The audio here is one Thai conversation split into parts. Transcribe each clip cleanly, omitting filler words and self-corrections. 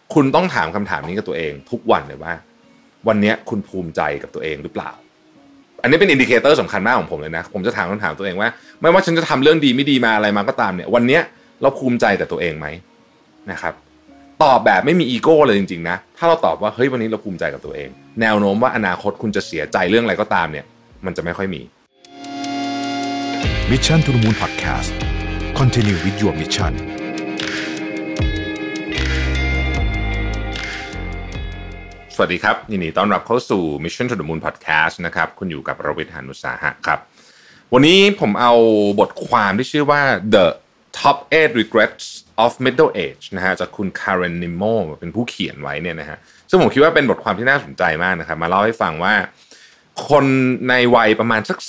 คุณต้องถามคำถามนี้กับตัวเองทุกวันเลยว่าวันนี้คุณภูมิใจกับตัวเองหรือเปล่าอันนี้เป็นอินดิเคเตอร์สำคัญมากของผมเลยนะผมจะถามคำถามตัวเองว่าไม่ว่าฉันจะทำเรื่องดีไม่ดีมาอะไรมาก็ตามเนี่ยวันนี้เราภูมิใจกับตัวเองไหมนะครับตอบแบบไม่มีอีโก้เลยจริงๆนะถ้าเราตอบว่าเฮ้ยวันนี้เราภูมิใจกับตัวเองแนวโน้มว่าอนาคตคุณจะเสียใจเรื่องอะไรก็ตามเนี่ยมันจะไม่ค่อยมี Mission to the Moon Podcast Continue with your mission สวัสดีครับยินดีต้อนรับเข้าสู่ Mission to the Moon Podcast นะครับคุณอยู่กับรวิทย์ หาญอุตสาหะครับวันนี้ผมเอาบทความที่ชื่อว่า The Top 8 Regrets of Middle Age นะฮะจากคุณ Karen Nimmo เป็นผู้เขียนไว้เนี่ยนะฮะซึ่งผมคิดว่าเป็นบทความที่น่าสนใจมากนะครับมาเล่าให้ฟังว่าคนในวัยประมาณสัก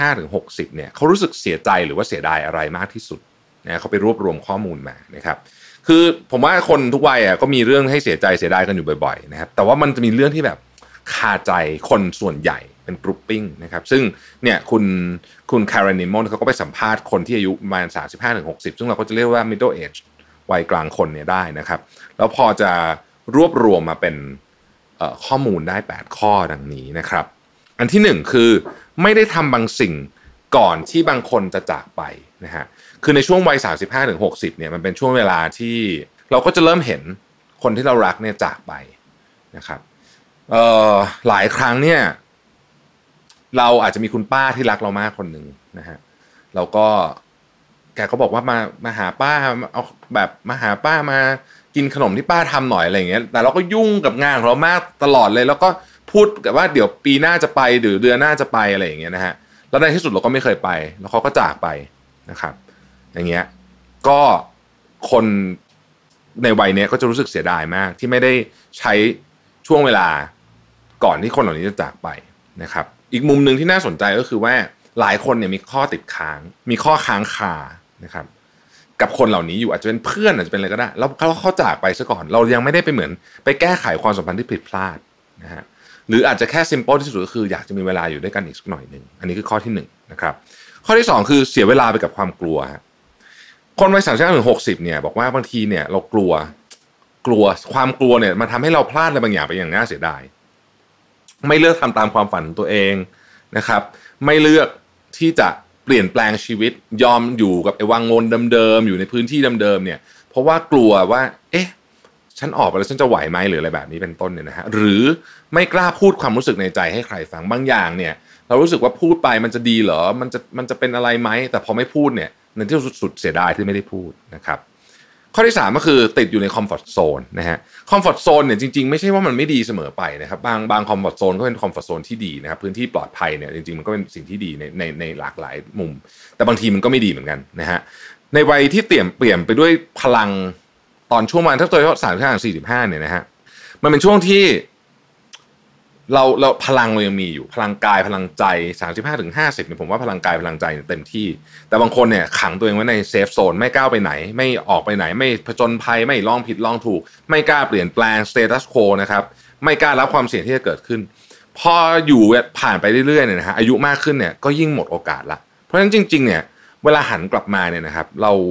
35-60 เนี่ยเขารู้สึกเสียใจหรือว่าเสียดายอะไรมากที่สุดนะเขาไปรวบรวมข้อมูลมานะครับคือผมว่าคนทุกวัยก็มีเรื่องให้เสียใจเสียดายกันอยู่บ่อยๆนะครับแต่ว่ามันจะมีเรื่องที่แบบคาใจคนส่วนใหญ่เป็นกรุ๊ปปิ้งนะครับซึ่งเนี่ยคุณ Karen Nimmo เขาก็ไปสัมภาษณ์คนที่อายุประมาณ 35-60 ซึ่งเราก็จะเรียกว่า middle age วัยกลางคนเนี่ยได้นะครับแล้วพอจะรวบรวมมาเป็นข้อมูลได้8ข้อดังนี้นะครับอันที่1คือไม่ได้ทำบางสิ่งก่อนที่บางคนจะจากไปนะฮะคือในช่วงวัย 35-60 เนี่ยมันเป็นช่วงเวลาที่เราก็จะเริ่มเห็นคนที่เรารักเนี่ยจากไปนะครับหลายครั้งเนี่ยเราอาจจะมีคุณป้าที่รักเรามากคนหนึ่งนะฮะแล้วก็แกก็บอกว่ามาหาป้าเอาแบบมาหาป้ามากินขนมที่ป้าทำหน่อยอะไรอย่างเงี้ยแต่เราก็ยุ่งกับงานของเรามากตลอดเลยแล้วก็พูดกับว่าเดี๋ยวปีหน้าจะไปหรือเดือนหน้าจะไปอะไรอย่างเงี้ยนะฮะแล้วในที่สุดเราก็ไม่เคยไปแล้วเขาก็จากไปนะครับอย่างเงี้ยก็คนในวัยเนี้ยก็จะรู้สึกเสียดายมากที่ไม่ได้ใช้ช่วงเวลาก่อนที่คนเหล่านี้จะจากไปนะครับอีกมุมนึงที่น่าสนใจก็คือว่าหลายคนเนี่ยมีข้อติดค้างมีข้อค้างคานะครับกับคนเหล่านี้อยู่อาจจะเป็นเพื่อนอาจจะเป็นอะไรก็ได้แล้วเขาจากไปซะก่อนเรายังไม่ได้ไปเหมือนไปแก้ไขความสัมพันธ์ที่ผิดพลาดนะฮะหรืออาจจะแค่ซิมเปิลที่สุดก็คืออยากจะมีเวลาอยู่ด้วยกันอีกสักหน่อยนึงอันนี้คือข้อที่1นะครับข้อที่2คือเสียเวลาไปกับความกลัวคนวัย 35-60 เนี่ยบอกว่าบางทีเนี่ยเรากลัวความกลัวเนี่ยมันทำให้เราพลาดอะไรบางอย่างไปอย่างน่าเสียดายไม่เลือกทำตามความฝันของตัวเองนะครับไม่เลือกที่จะเปลี่ยนแปลงชีวิตยอมอยู่กับไอ้วังวนเดิมๆอยู่ในพื้นที่เดิมๆเนี่ยเพราะว่ากลัวว่าเอ๊ะฉันออกไปแล้วฉันจะไหวไหมหรืออะไรแบบนี้เป็นต้นเนี่ยนะฮะหรือไม่กล้าพูดความรู้สึกในใจให้ใครฟังบางอย่างเนี่ยเรารู้สึกว่าพูดไปมันจะดีเหรอมันจะเป็นอะไรไหมแต่พอไม่พูดเนี่ยในที่สุดเสียดายที่ไม่ได้พูดนะครับข้อที่3ก็คือติดอยู่ในคอมฟอร์ตโซนนะฮะคอมฟอร์ตโซนเนี่ยจริงๆไม่ใช่ว่ามันไม่ดีเสมอไปนะครับบางคอมฟอร์ตโซนก็เป็นคอมฟอร์ตโซนที่ดีนะครับพื้นที่ปลอดภัยเนี่ยจริงๆมันก็เป็นสิ่งที่ดีในหลากหลายมุมแต่บางทีมันก็ไม่ดีเหมือนกันนะฮะในวัยที่เปลี่ยนไปด้วยพลังตอนช่วงวันถ้าตัว35-45เนี่ยนะฮะมันเป็นช่วงที่เราพลังเรายังมีอยู่พลังกายพลังใจ 35-50 เนี่ยผมว่าพลังกายพลังใจเต็มที่แต่บางคนเนี่ยขังตัวเองไว้ในเซฟโซนไม่ก้าวไปไหนไม่ออกไปไหนไม่ผจญภัยไม่ลองผิดลองถูกไม่กล้าเปลี่ยนแปลงสเตตัสโควนะครับไม่กล้ารับความเสี่ยงที่จะเกิดขึ้นพออยู่ผ่านไปเรื่อยๆเนี่ยนะฮะอายุมากขึ้นเนี่ยก็ยิ่งหมดโอกาสละเพราะฉะนั้นจริงๆเนี่ยเวลาหันกลับมาเนี่ยนะครับ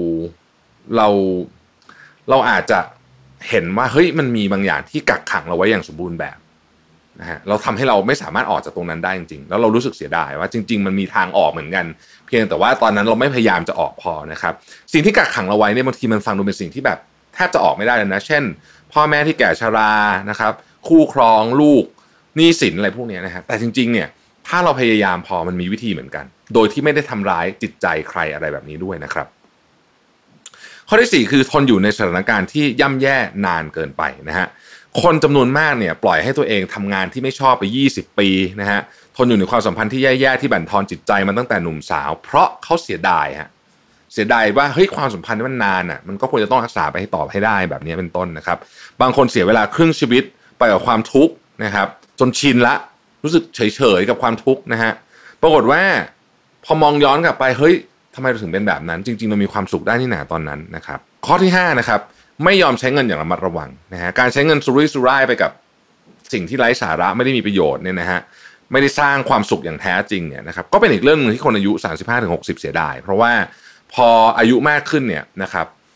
เราอาจจะเห็นว่าเฮ้ยมันมีบางอย่างที่กักขังเราไว้อย่างสมบูรณ์แบบนะฮะเราทำให้เราไม่สามารถออกจากตรงนั้นได้จริงๆแล้วเรารู้สึกเสียดายว่าจริงๆมันมีทางออกเหมือนกันเพียงแต่ว่าตอนนั้นเราไม่พยายามจะออกพอนะครับสิ่งที่กักขังเราไว้เนี่ยบางทีมันฟังดูเป็นสิ่งที่แบบแทบจะออกไม่ได้เลยนะเช่นพ่อแม่ที่แก่ชรานะครับคู่ครองลูกหนี้สินอะไรพวกนี้นะฮะแต่จริงๆเนี่ยถ้าเราพยายามพอมันมีวิธีเหมือนกันโดยที่ไม่ได้ทำร้ายจิตใจใครอะไรแบบนี้ด้วยนะครับข้อที่4คือทนอยู่ในสถานการณ์ที่ย่ำแย่นานเกินไปนะฮะคนจำนวนมากเนี่ยปล่อยให้ตัวเองทำงานที่ไม่ชอบไป20 ปีนะฮะทนอยู่ในความสัมพันธ์ที่แย่ๆที่บั่นทอนจิตใจมาตั้งแต่หนุ่มสาวเพราะเขาเสียดายว่าเฮ้ยความสัมพันธ์มันนานอ่ะมันก็ควรจะต้องรักษาไปให้ต่อให้ได้แบบนี้เป็นต้นนะครับบางคนเสียเวลาครึ่งชีวิตไปกับความทุกข์นะครับจนชินละรู้สึกเฉยๆกับความทุกข์นะฮะปรากฏว่าพอมองย้อนกลับไปเฮ้ยทำไมเราถึงเป็นแบบนั้นจริงๆเรามีความสุขได้นี่นาตอนนั้นนะครับข้อที่5นะครับไม่ยอมใช้เงินอย่างระมัดระวังนะฮะการใช้เงินสุรุ่ยสุร่ายไปกับสิ่งที่ไร้สาระไม่ได้มีประโยชน์เนี่ยนะฮะไม่ได้สร้างความสุขอย่างแท้จริงเนี่ยนะครับก็เป็นอีกเรื่องนึงที่คนอายุ 35-60 เสียดายเพราะว่าพออายุมากขึ้นเนี่ยนะครับ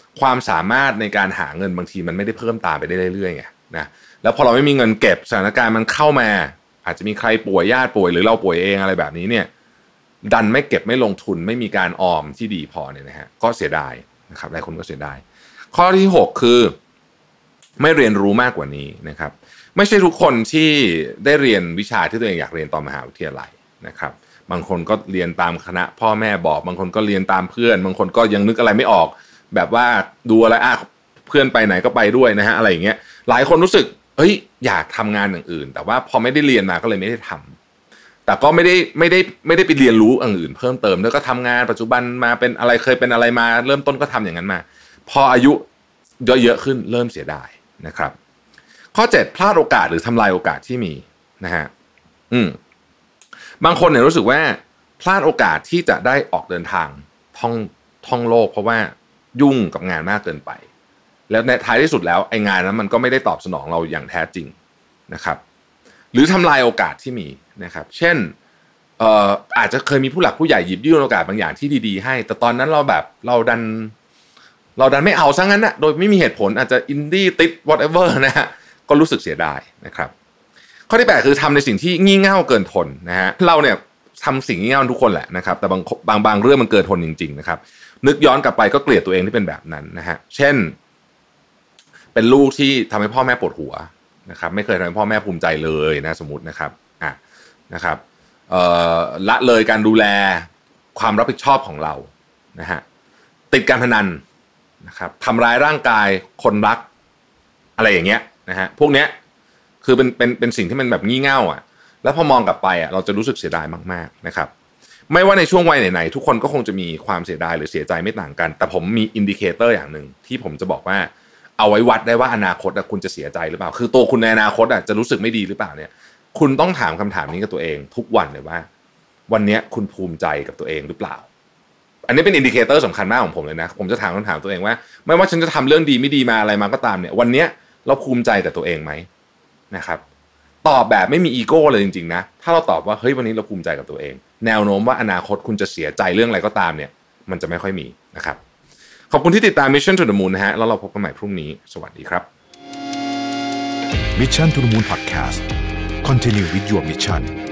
ความสามารถในการหาเงินบางทีมันไม่ได้เพิ่มตามไปได้เรื่อยๆไงนะแล้วพอเราไม่มีเงินเก็บสถานการณ์มันเข้ามาอาจจะมีใครป่วยญาติป่วยหรือเราป่วยเองอะไรแบบนี้เนี่ยดันไม่เก็บไม่ลงทุนไม่มีการออมที่ดีพอเนี่ยนะฮะก็เสียดายนะครับหลายคนก็เสียดายข้อที่6คือไม่เรียนรู้มากกว่านี้นะครับไม่ใช่ทุกคนที่ได้เรียนวิชาที่ตัวเองอยากเรียนตอนมหาวิทยาลัยนะครับบางคนก็เรียนตามคณะพ่อแม่บอกบางคนก็เรียนตามเพื่อนบางคนก็ยังนึกอะไรไม่ออกแบบว่าดูอะไรเพื่อนไปไหนก็ไปด้วยนะฮะอะไรอย่างเงี้ยหลายคนรู้สึกเฮ้ยอยากทำงานอย่างอื่นแต่ว่าพอไม่ได้เรียนมาก็เลยไม่ได้ทำแต่ก็ไม่ได้ไปเรียนรู้อย่างอื่นเพิ่มเติมแล้วก็ทำงานปัจจุบันมาเป็นอะไรเคยเป็นอะไรมาเริ่มต้นก็ทำอย่างนั้นมาพออายุเยอะๆขึ้นเริ่มเสียดายนะครับข้อ7พลาดโอกาสหรือทำลายโอกาสที่มีนะฮะบางคนเนี่ยรู้สึกว่าพลาดโอกาสที่จะได้ออกเดินทางท่องโลกเพราะว่ายุ่งกับงานมากเกินไปแล้วในท้ายที่สุดแล้วไอ้งานนั้นมันก็ไม่ได้ตอบสนองเราอย่างแท้จริงนะครับหรือทำลายโอกาสที่มีนะครับเช่นอาจจะเคยมีผู้หลักผู้ใหญ่หยิบยื่นโอกาสบางอย่างที่ดีๆให้แต่ตอนนั้นเราดันไม่เอาซะงั้นนะโดยไม่มีเหตุผลอาจจะอินดี้ติด whatever นะฮะก็รู้สึกเสียดายนะครับข้อที่8คือทำในสิ่งที่งี่เง่าเกินทนนะฮะเราเนี่ยทำสิ่งงี่เง่าทุกคนแหละนะครับแต่บางเรื่องมันเกินทนจริงๆนะครับนึกย้อนกลับไปก็เกลียดตัวเองที่เป็นแบบนั้นนะฮะเช่นเป็นลูกที่ทำให้พ่อแม่ปวดหัวนะครับไม่เคยทำให้พ่อแม่ภูมิใจเลยนะสมมุตินะครับนะครับละเลยการดูแลความรับผิดชอบของเรานะฮะติดการพนันนะครับทำร้ายร่างกายคนรักอะไรอย่างเงี้ยนะฮะพวกเนี้ยคือเป็นสิ่งที่มันแบบงี่เง่าอ่ะแล้วพอมองกลับไปอ่ะเราจะรู้สึกเสียดายมากๆนะครับไม่ว่าในช่วงวัยไหนๆทุกคนก็คงจะมีความเสียดายหรือเสียใจไม่ต่างกันแต่ผมมีอินดิเคเตอร์อย่างนึงที่ผมจะบอกว่าเอาไว้วัดได้ว่าอนาคตคุณจะเสียใจหรือเปล่าคือตัวคุณในอนาคตจะรู้สึกไม่ดีหรือเปล่าเนี่ยคุณต้องถามคำถามนี้กับตัวเองทุกวันเลยว่าวันนี้คุณภูมิใจกับตัวเองหรือเปล่าอันนี้เป็นอินดิเคเตอร์สำคัญมากของผมเลยนะผมจะถามคำถามตัวเองว่าไม่ว่าฉันจะทำเรื่องดีไม่ดีมาอะไรมาก็ตามเนี่ยวันนี้เราภูมิใจกับตัวเองไหมนะครับตอบแบบไม่มีอีโก้เลยจริงๆนะถ้าเราตอบว่าเฮ้ยวันนี้เราภูมิใจกับตัวเองแนวโน้มว่าอนาคตคุณจะเสียใจเรื่องอะไรก็ตามเนี่ยมันจะไม่ค่อยมีนะครับขอบคุณที่ติดตาม Mission to the Moon นะฮะแล้วเราพบกันใหม่พรุ่งนี้สวัสดีครับ Mission to the Moon Podcast Continue with your mission